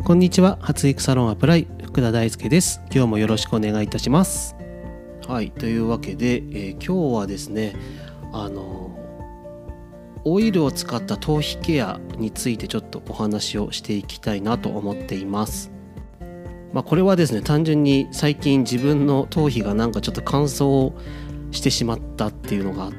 こんにちは。発育サロンアプライ福田大輔です。今日もよろしくお願いいたします。はい、というわけで、今日はですねオイルを使った頭皮ケアについてちょっとお話をしていきたいなと思っています。これはですね、単純に最近自分の頭皮がなんかちょっと乾燥してしまったっていうのがあって、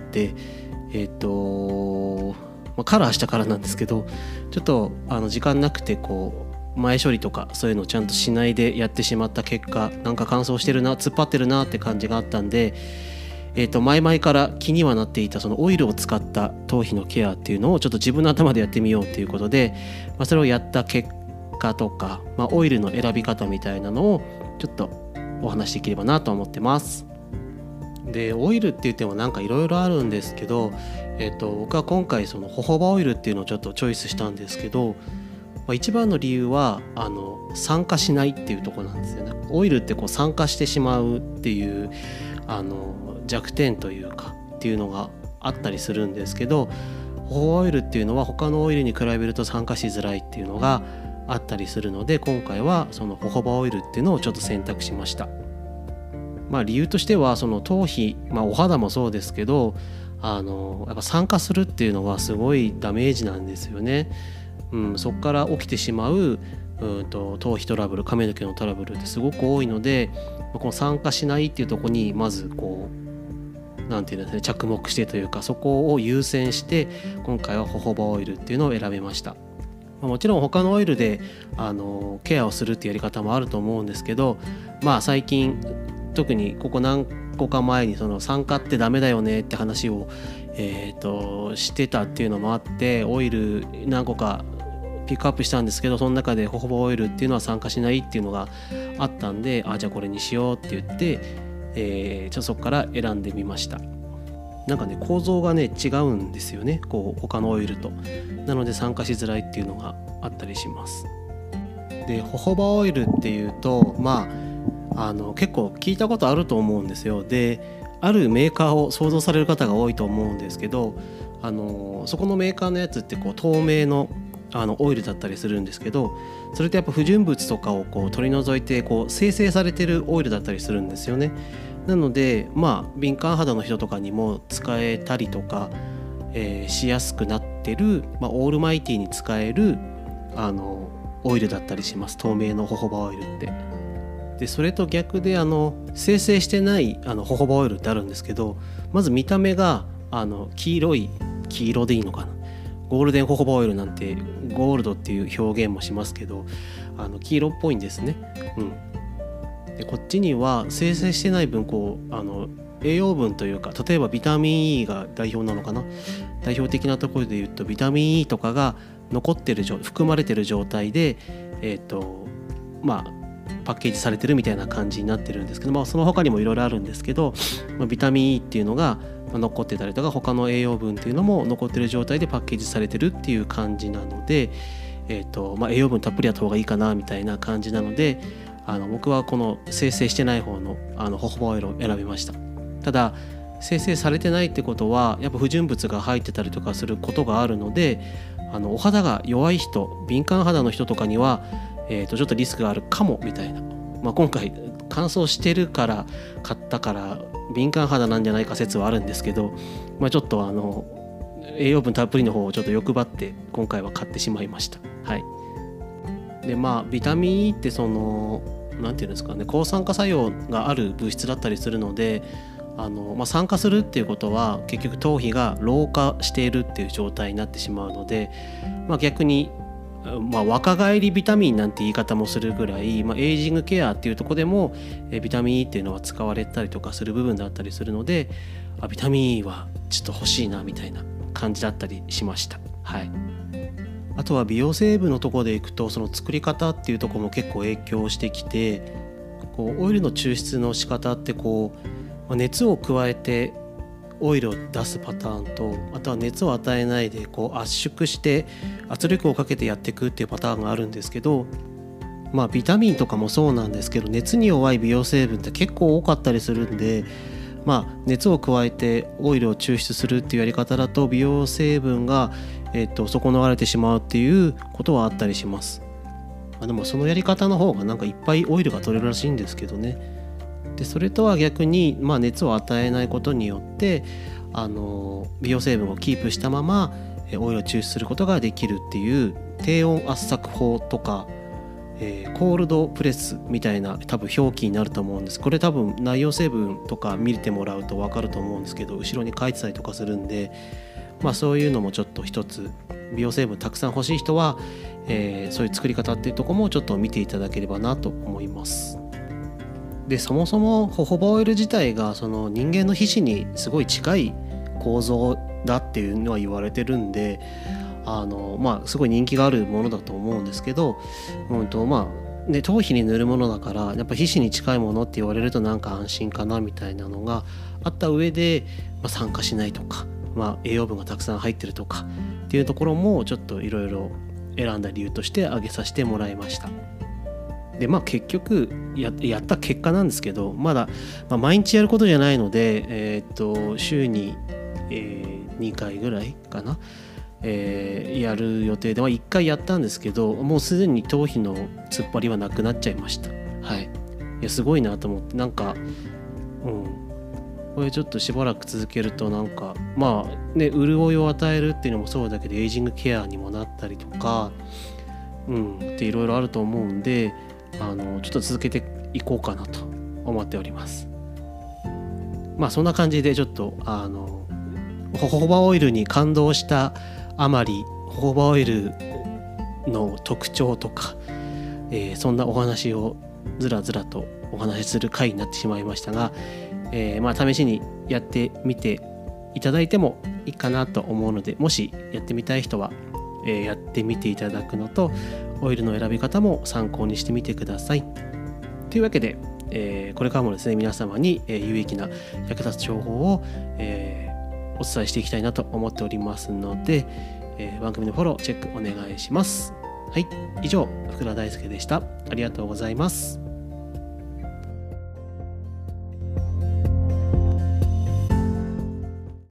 カラーしたからなんですけど、ちょっと時間なくて前処理とかそういうのをちゃんとしないでやってしまった結果、なんか乾燥してるな、突っ張ってるなって感じがあったんで、前々から気にはなっていたそのオイルを使った頭皮のケアっていうのをちょっと自分の頭でやってみようということで、それをやった結果とか、オイルの選び方みたいなのをちょっとお話しできればなと思ってます。でオイルって言ってもなんかいろいろあるんですけど、僕は今回そのホホバオイルっていうのをちょっとチョイスしたんですけど、一番の理由は酸化しないっていうところなんですよね。オイルって酸化してしまうっていう弱点というかっていうのがあったりするんですけど、ホホバオイルっていうのは他のオイルに比べると酸化しづらいっていうのがあったりするので、今回はそのホホバオイルっていうのをちょっと選択しました。理由としてはその頭皮、お肌もそうですけどやっぱ酸化するっていうのはすごいダメージなんですよね。そこから起きてしまう頭皮トラブル、髪の毛のトラブルってすごく多いので、この酸化しないっていうところにまずなんていうんですね、着目してというか、そこを優先して今回はホホバオイルっていうのを選びました。もちろん他のオイルでケアをするっていうやり方もあると思うんですけど、最近特にここ何個か前にその酸化ってダメだよねって話をしてたっていうのもあって、オイル何個かピックアップしたんですけど、その中でホホバオイルっていうのは酸化しないっていうのがあったんで、じゃあこれにしようって言って、ちょっとそこから選んでみました。なんかね、構造がね違うんですよね、他のオイルと。なので酸化しづらいっていうのがあったりします。でホホバオイルっていうと結構聞いたことあると思うんですよ。であるメーカーを想像される方が多いと思うんですけど、そこのメーカーのやつって透明のオイルだったりするんですけど、それってやっぱ不純物とかを取り除いて生成されてるオイルだったりするんですよね。なので敏感肌の人とかにも使えたりとか、しやすくなってる、オールマイティに使えるオイルだったりします、透明のホホバオイルって。でそれと逆で生成してないホホバオイルってあるんですけど、まず見た目が黄色でいいのかな、ゴールデンホホバオイルなんてゴールドっていう表現もしますけど、黄色っぽいんですね。でこっちには生成してない分栄養分というか、例えばビタミン E が代表なのかな、代表的なところで言うとビタミン E とかが残ってる含まれてる状態でパッケージされてるみたいな感じになってるんですけど、その他にもいろいろあるんですけど、ビタミン E っていうのが残ってたりとか、他の栄養分っていうのも残ってる状態でパッケージされてるっていう感じなので、栄養分たっぷりあった方がいいかなみたいな感じなので、僕はこの生成してない方のホホバオイルを選びました。ただ生成されてないってことはやっぱ不純物が入ってたりとかすることがあるので、お肌が弱い人、敏感肌の人とかにはちょっとリスクがあるかもみたいな、今回乾燥してるから買ったから敏感肌なんじゃないか説はあるんですけど、ちょっと栄養分たっぷりの方をちょっと欲張って今回は買ってしまいました。でビタミン E ってなんていうんですかね、抗酸化作用がある物質だったりするので、酸化するっていうことは結局頭皮が老化しているっていう状態になってしまうので、逆に若返りビタミンなんて言い方もするぐらい、エイジングケアっていうところでもビタミン E っていうのは使われたりとかする部分だったりするので、ビタミン E はちょっと欲しいなみたいな感じだったりしました。あとは美容成分のところでいくと、その作り方っていうところも結構影響してきて、オイルの抽出の仕方って熱を加えてオイルを出すパターンと、あとは熱を与えないで圧縮して圧力をかけてやっていくっていうパターンがあるんですけど、ビタミンとかもそうなんですけど、熱に弱い美容成分って結構多かったりするんで、熱を加えてオイルを抽出するっていうやり方だと美容成分が損なわれてしまうっていうことはあったりします。 でもそのやり方の方がなんかいっぱいオイルが取れるらしいんですけどね。でそれとは逆に、熱を与えないことによって美容成分をキープしたままオイルを抽出することができるっていう低温圧搾法とか、コールドプレスみたいな多分表記になると思うんです。これ多分内容成分とか見てもらうと分かると思うんですけど、後ろに書いてたりとかするんで、そういうのもちょっと一つ美容成分たくさん欲しい人は、そういう作り方っていうところもちょっと見ていただければなと思います。でそもそもホホバオイル自体がその人間の皮脂にすごい近い構造だっていうのは言われてるんで、すごい人気があるものだと思うんですけど、頭皮に塗るものだからやっぱ皮脂に近いものって言われるとなんか安心かなみたいなのがあった上で、酸化しないとか、栄養分がたくさん入ってるとかっていうところもちょっといろいろ選んだ理由として挙げさせてもらいました。で結局やった結果なんですけど、まだ、毎日やることじゃないので、週に、2回ぐらいかな、やる予定で、1回やったんですけど、もうすでに頭皮の突っ張りはなくなっちゃいました。はい。いやすごいなと思って、なんかこれちょっとしばらく続けるとなんか潤いを与えるっていうのもそうだけどエイジングケアにもなったりとかっていろいろあると思うんで、ちょっと続けていこうかなと思っております。そんな感じでちょっとホホバオイルに感動したあまりホホバオイルの特徴とか、そんなお話をずらずらとお話しする回になってしまいましたが、試しにやってみていただいてもいいかなと思うので、もしやってみたい人は、やってみていただくのとオイルの選び方も参考にしてみてください。というわけで、これからもですね皆様に、有益な役立つ情報を、お伝えしていきたいなと思っておりますので、番組のフォローチェックお願いします。はい、以上福田大輔でした。ありがとうございます。